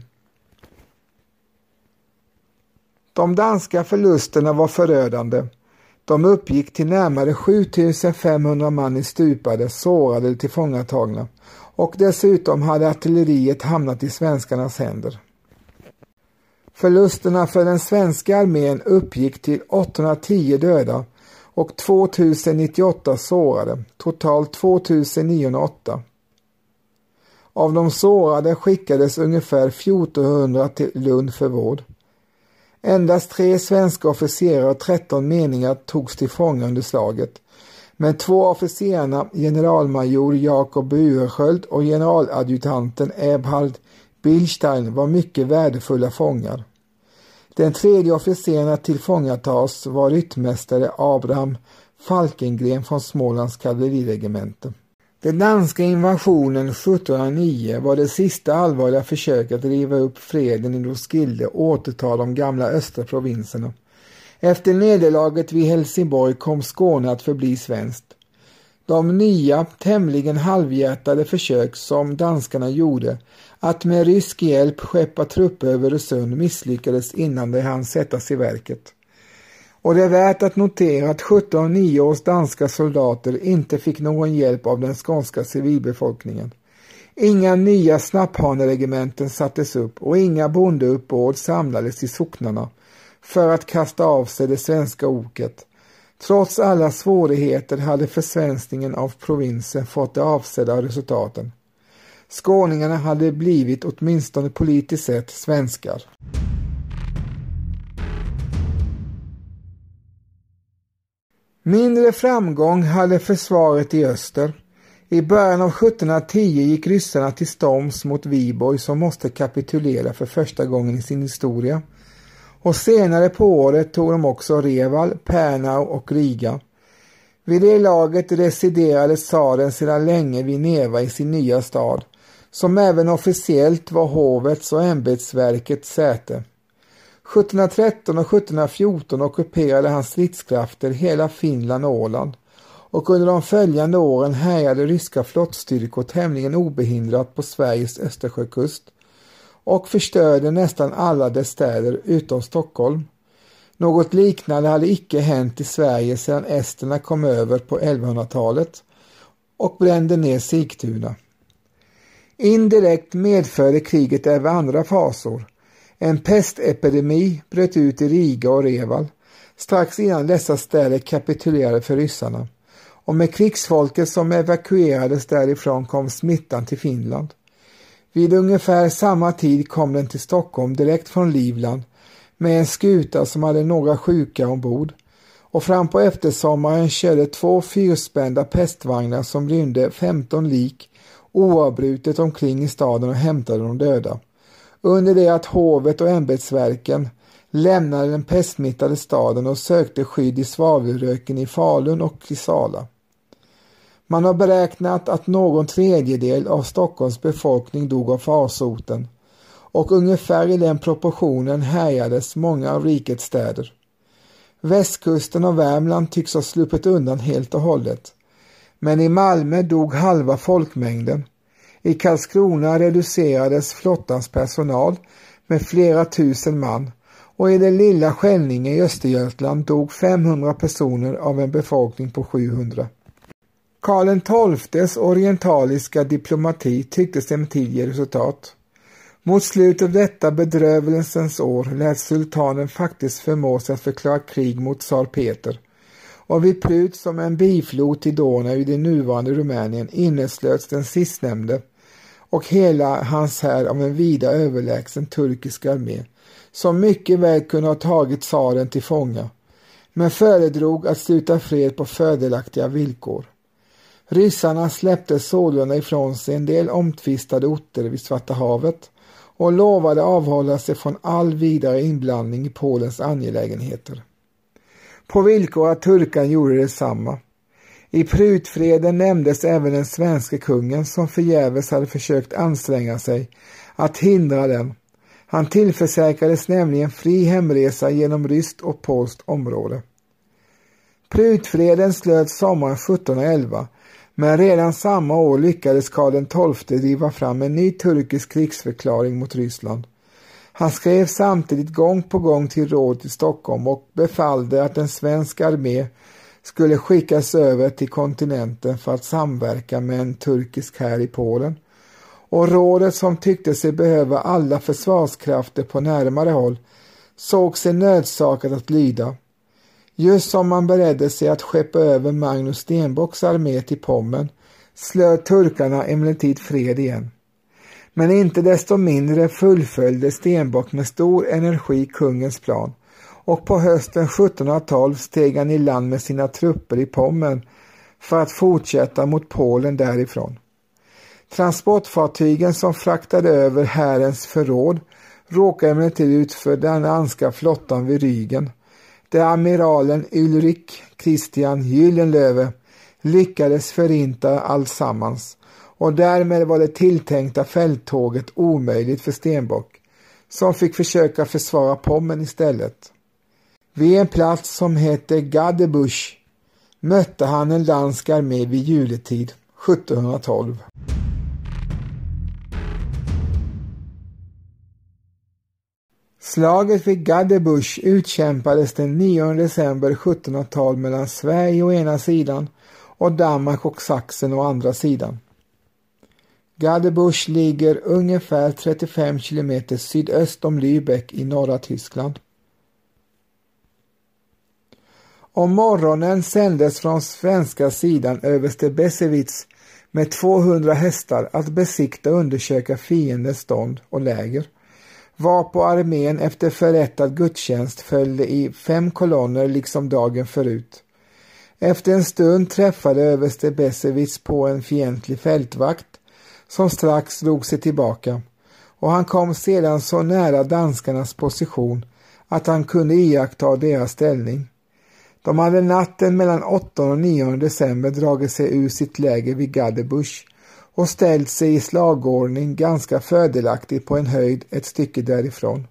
De danska förlusterna var förödande. De uppgick till närmare 7500 man i stupade, sårade eller tillfångatagna, och dessutom hade artilleriet hamnat i svenskarnas händer. Förlusterna för den svenska armén uppgick till 810 döda och 2098 sårade, totalt 2908. Av de sårade skickades ungefär 1400 till Lund för vård. Endast 3 svenska officerare och 13 meningar togs till fånga under slaget, men 2 officerarna, generalmajor Jakob Buresköld och generaladjutanten Eberhard Bilstein, var mycket värdefulla fångar. Den 3:e officeren att tillfångatas var ryttmästare Abraham Falkengren från Smålands kavalleriregemente. Den danska invasionen 1709 var det sista allvarliga försöket att riva upp freden i Roskilde och återta de gamla östra provinserna. Efter nederlaget vid Helsingborg kom Skåne att förbli svenskt. De nya, tämligen halvhjärtade försök som danskarna gjorde att med rysk hjälp skeppa trupper över Öresund misslyckades innan de hann sättas i verket. Och det är värt att notera att 1709 års danska soldater inte fick någon hjälp av den skånska civilbefolkningen. Inga nya snapphaneregementen sattes upp och inga bondeuppbåd samlades i socknarna för att kasta av sig det svenska oket. Trots alla svårigheter hade försvenskningen av provinsen fått de avsedda resultaten. Skåningarna hade blivit åtminstone politiskt sett svenskar. Mindre framgång hade försvaret i öster. I början av 1710 gick ryssarna till storms mot Viborg som måste kapitulera för första gången i sin historia. Och senare på året tog de också Reval, Pernau och Riga. Vid det laget residerade tsaren sedan länge vid Neva i sin nya stad, som även officiellt var hovets och ämbetsverkets säte. 1713 och 1714 ockuperade hans stridskrafter hela Finland och Åland, och under de följande åren härjade ryska flottstyrkor tämligen obehindrat på Sveriges Östersjökust och förstörde nästan alla dess städer utom Stockholm. Något liknande hade icke hänt i Sverige sedan esterna kom över på 1100-talet och brände ner Sigtuna. Indirekt medförde kriget även andra fasor. En pestepidemi bröt ut i Riga och Reval strax innan dessa städer kapitulerade för ryssarna, och med krigsfolket som evakuerades därifrån kom smittan till Finland. Vid ungefär samma tid kom den till Stockholm direkt från Livland med en skuta som hade några sjuka ombord, och fram på eftersommaren körde 2 fyrspända pestvagnar som rymde 15 lik oavbrutet omkring i staden och hämtade de döda, under det att hovet och ämbetsverken lämnade den pestsmittade staden och sökte skydd i svavelröken i Falun och i Sala. Man har beräknat att någon tredjedel av Stockholms befolkning dog av farsoten, och ungefär i den proportionen härjades många av rikets städer. Västkusten och Värmland tycks ha sluppit undan helt och hållet, men i Malmö dog halva folkmängden. I Karlskrona reducerades flottans personal med flera tusen man, och i den lilla Skänninge i Östergötland dog 500 personer av en befolkning på 700. Karl XII:s orientaliska diplomati tycktes emellertid ge resultat. Mot slutet av detta bedrövelsens år lät sultanen faktiskt förmå sig att förklara krig mot tsar Peter, och vid Prut som en biflod till Donau i det nuvarande Rumänien inneslöts den sistnämnde och hela hans här av en vida överlägsen turkisk armé, som mycket väl kunde ha tagit tsaren till fånga, men föredrog att sluta fred på fördelaktiga villkor. Ryssarna släppte sålunda ifrån sig en del omtvistade orter vid Svarta havet och lovade avhålla sig från all vidare inblandning i Polens angelägenheter. På villkor att turkan gjorde detsamma. I prutfreden nämndes även den svenska kungen som förgäves hade försökt anstränga sig att hindra den. Han tillförsäkrades nämligen fri hemresa genom ryskt och polskt område. Prutfreden slöts sommaren 1711, men redan samma år lyckades Karl XII driva fram en ny turkisk krigsförklaring mot Ryssland. Han skrev samtidigt gång på gång till rådet i Stockholm och befallde att en svensk armé skulle skickas över till kontinenten för att samverka med en turkisk här i Polen. Och rådet, som tyckte sig behöva alla försvarskrafter på närmare håll, såg sig nödsakat att lyda. Just som man beredde sig att skeppa över Magnus Stenbocks armé till Pommern slöt turkarna emellertid fred igen. Men inte desto mindre fullföljde Stenbock med stor energi kungens plan, och på hösten 1712 steg han i land med sina trupper i Pommern för att fortsätta mot Polen därifrån. Transportfartygen som fraktade över härens förråd råkade emellertid ut för den danska flottan vid Rügen, där amiralen Ulrik Christian Gyllenlöve lyckades förinta allsammans, och därmed var det tilltänkta fälttåget omöjligt för Stenbock, som fick försöka försvara Pommern istället. Vid en plats som hette Gadebusch mötte han en dansk armé vid juletid 1712. Slaget vid Gadebusch utkämpades den 9 december 1712 mellan Sverige å ena sidan och Danmark och Sachsen å andra sidan. Gadebusch ligger ungefär 35 kilometer sydöst om Lübeck i norra Tyskland. Om morgonen sändes från svenska sidan överste Bessewitz med 200 hästar att besikta och undersöka fiendens stånd och läger, varpå armén efter förrättad gudstjänst följde i 5 kolonner liksom dagen förut. Efter en stund träffade överste Bessewitz på en fientlig fältvakt som strax drog sig tillbaka, och han kom sedan så nära danskarnas position att han kunde iaktta deras ställning. De hade natten mellan 8 och 9 december dragit sig ur sitt läger vid Gadebusch och ställt sig i slagordning ganska fördelaktigt på en höjd ett stycke därifrån.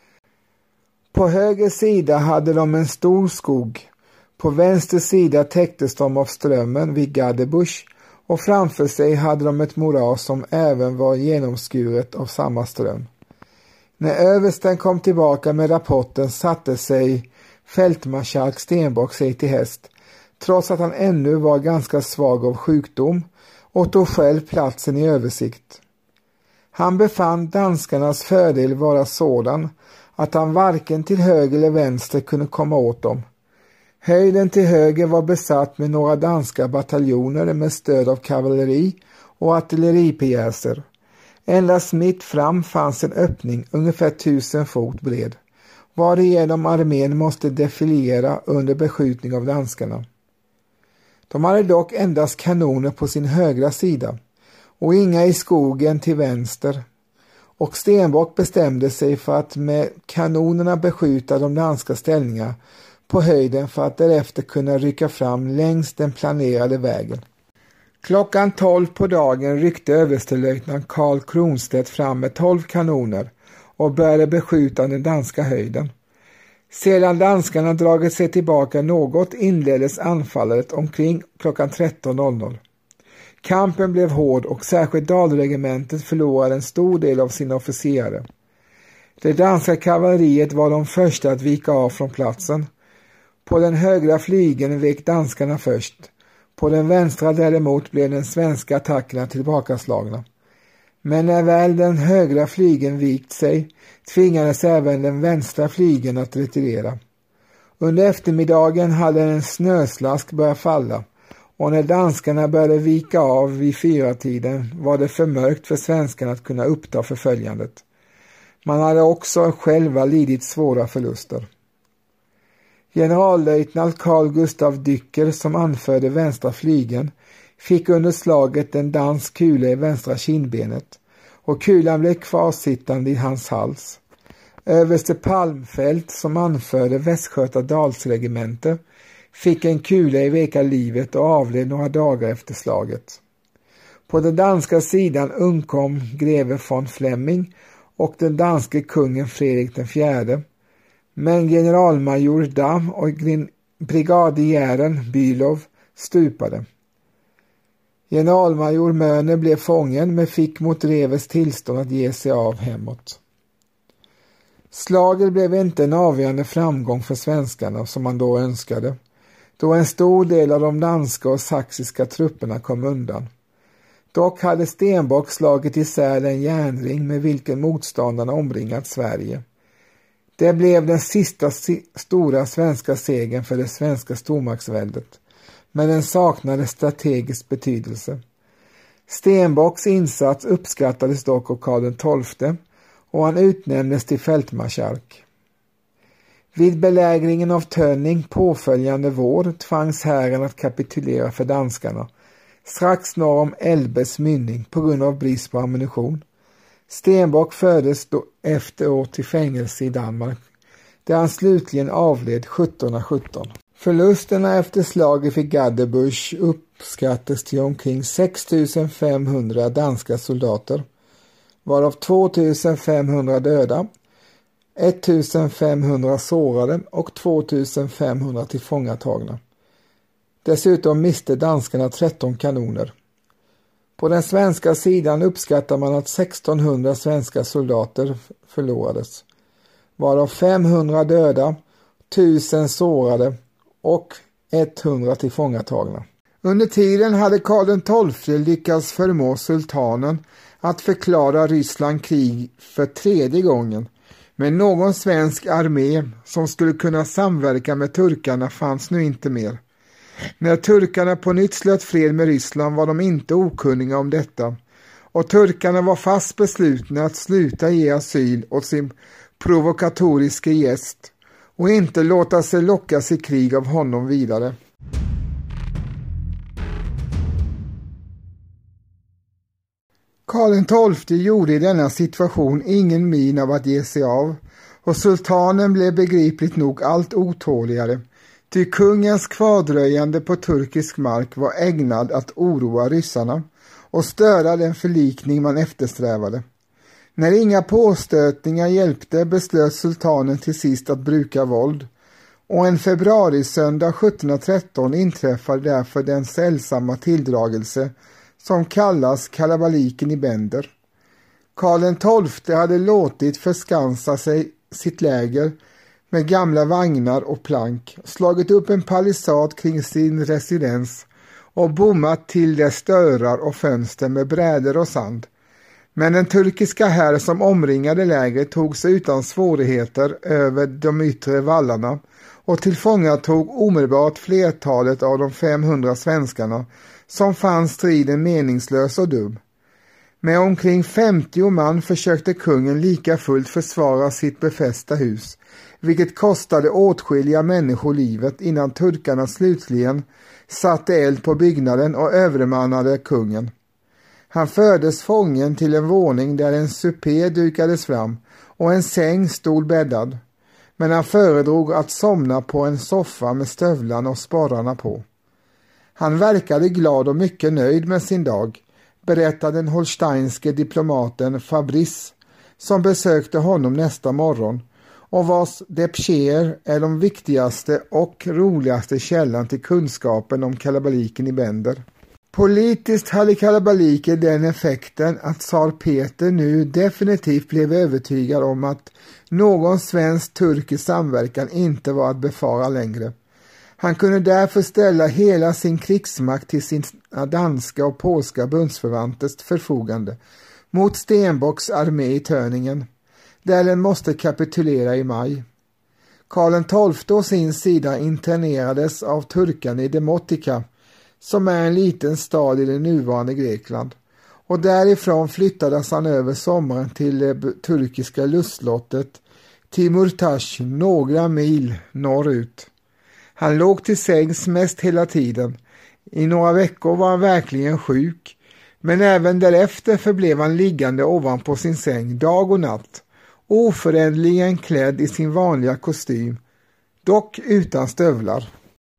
På höger sida hade de en stor skog, på vänster sida täcktes de av strömmen vid Gadebusch, och framför sig hade de ett moras som även var genomskuret av samma ström. När översten kom tillbaka med rapporten satte sig fältmarskalk Stenbock sig till häst, trots att han ännu var ganska svag av sjukdom, och tog själv platsen i översikt. Han befann danskarnas fördel vara sådan att han varken till höger eller vänster kunde komma åt dem. Höjden till höger var besatt med några danska bataljoner med stöd av kavalleri och artilleripjäser. Endast mitt fram fanns en öppning ungefär 1000 fot bred, varigenom armén måste defilera under beskjutning av danskarna. De hade dock endast kanoner på sin högra sida och inga i skogen till vänster, och Stenbock bestämde sig för att med kanonerna beskjuta de danska ställningar på höjden för att därefter kunna rycka fram längs den planerade vägen. Klockan 12 på dagen ryckte överstelöjtnant Karl Kronstedt fram med 12 kanoner och började beskjuta den danska höjden. Sedan danskarna dragit sig tillbaka något inleddes anfallet omkring klockan 13.00. Kampen blev hård och särskilt Dalregementet förlorade en stor del av sina officerare. Det danska kavalleriet var de första att vika av från platsen. På den högra flygeln vek danskarna först. På den vänstra däremot blev den svenska attackerna tillbakaslagna. Men när väl den högra flygeln vikt sig tvingades även den vänstra flygeln att retirera. Under eftermiddagen hade en snöslask börjat falla, och när danskarna började vika av vid 4-tiden var det för mörkt för svenskarna att kunna uppta förföljandet. Man hade också själva lidit svåra förluster. Generallöjtnant Carl Gustav Dycker, som anförde vänstra flygeln, fick under slaget en dansk kula i vänstra kindbenet och kulan blev kvarsittande i hans hals. Överste Palmfält, som anförde Västgöta Dalsregemente, fick en kula i veka livet och avled några dagar efter slaget. På den danska sidan undkom greve von Flemming och den danske kungen Fredrik den fjärde, men generalmajor Damm och brigadjären Bülow stupade. Generalmajor Möner blev fången men fick mot Revers tillstånd att ge sig av hemåt. Slaget blev inte en avgörande framgång för svenskarna som man då önskade, då en stor del av de danska och saxiska trupperna kom undan. Dock hade Stenbock slagit isär den järnring med vilken motståndarna omringat Sverige. Det blev den sista stora svenska segern för det svenska stormaktsväldet, men den saknade strategisk betydelse. Stenbocks insats uppskattades dock av Karl XII och han utnämndes till fältmarskalk. Vid belägringen av Tönning påföljande vår tvangs hären att kapitulera för danskarna, strax norr om Elbes mynning på grund av brist på ammunition. Stenbock fördes då efter år till fängelse i Danmark, där han slutligen avled 1717. Förlusterna efter slaget vid Gaddebusch uppskattades till omkring 6500 danska soldater, varav 2500 döda, 1500 sårade och 2500 tillfångatagna. Dessutom miste danskarna 13 kanoner. På den svenska sidan uppskattar man att 1600 svenska soldater förlorades, varav 500 döda, 1000 sårade och 100 tillfångatagna. Under tiden hade Karl XII lyckats förmå sultanen att förklara Ryssland krig för 3:e gången, men någon svensk armé som skulle kunna samverka med turkarna fanns nu inte mer. När turkarna på nytt slöt fred med Ryssland var de inte okunniga om detta, och turkarna var fast beslutna att sluta ge asyl åt sin provokatoriske gäst och inte låta sig lockas i krig av honom vidare. Karl XII gjorde i denna situation ingen min av att ge sig av, och sultanen blev begripligt nog allt otåligare, ty kungens kvardröjande på turkisk mark var ägnad att oroa ryssarna och störa den förlikning man eftersträvade. När inga påstötningar hjälpte beslöt sultanen till sist att bruka våld, och en februarisöndag 1713 inträffade därför den sällsamma tilldragelse som kallas kalabaliken i Bender. Karl XII hade låtit förskansa sig sitt läger med gamla vagnar och plank, slagit upp en palissad kring sin residens och bommat till dess dörrar och fönster med brädor och sand. Men den turkiska här som omringade lägret tog sig utan svårigheter över de yttre vallarna och tillfångatog omedelbart flertalet av de 500 svenskarna som fann striden meningslös och dum. Med omkring 50 man försökte kungen lika fullt försvara sitt befästa hus, vilket kostade åtskilliga människor livet innan turkarna slutligen satte eld på byggnaden och övermannade kungen. Han fördes fången till en våning där en supé dukades fram och en säng stod bäddad, men han föredrog att somna på en soffa med stövlarna och sporrarna på. Han verkade glad och mycket nöjd med sin dag, berättade den holsteinske diplomaten Fabrice, som besökte honom nästa morgon och vars depcher är de viktigaste och roligaste källan till kunskapen om kalabaliken i Bender. Politiskt hade kalabaliken den effekten att tsar Peter nu definitivt blev övertygad om att någon svensk-turkisk samverkan inte var att befara längre. Han kunde därför ställa hela sin krigsmakt till sina danska och polska bundsförvanters förfogande mot Stenbocks armé i Töningen, där den måste kapitulera i maj. Karl XII å sin sida internerades av turkarna i Demotika, som är en liten stad i det nuvarande Grekland, och därifrån flyttades han över sommaren till det turkiska lustslottet Timurtaş några mil norrut. Han låg till sängs mest hela tiden. I några veckor var han verkligen sjuk, men även därefter förblev han liggande ovanpå sin säng dag och natt, oföränderligen klädd i sin vanliga kostym, dock utan stövlar.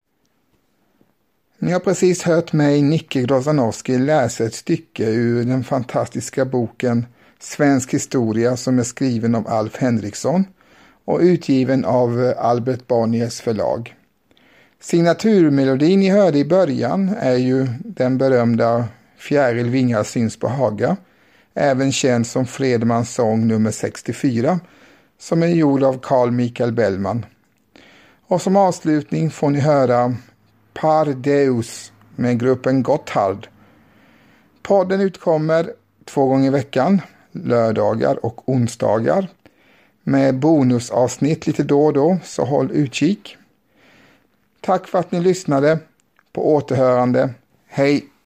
Ni har precis hört mig, Nicke Grozanowski, läsa ett stycke ur den fantastiska boken Svensk historia som är skriven av Alf Henriksson och utgiven av Albert Bonniers förlag. Signaturmelodin ni hörde i början är ju den berömda Fjäril vingar syns på Haga, även känd som Fredmans sång nummer 64, som är gjord av Carl Michael Bellman. Och som avslutning får ni höra Par Deus med gruppen Gotthard. Podden utkommer 2 gånger i veckan, lördagar och onsdagar, med bonusavsnitt lite då och då, så håll utkik. Tack för att ni lyssnade. På återhörande. Hej!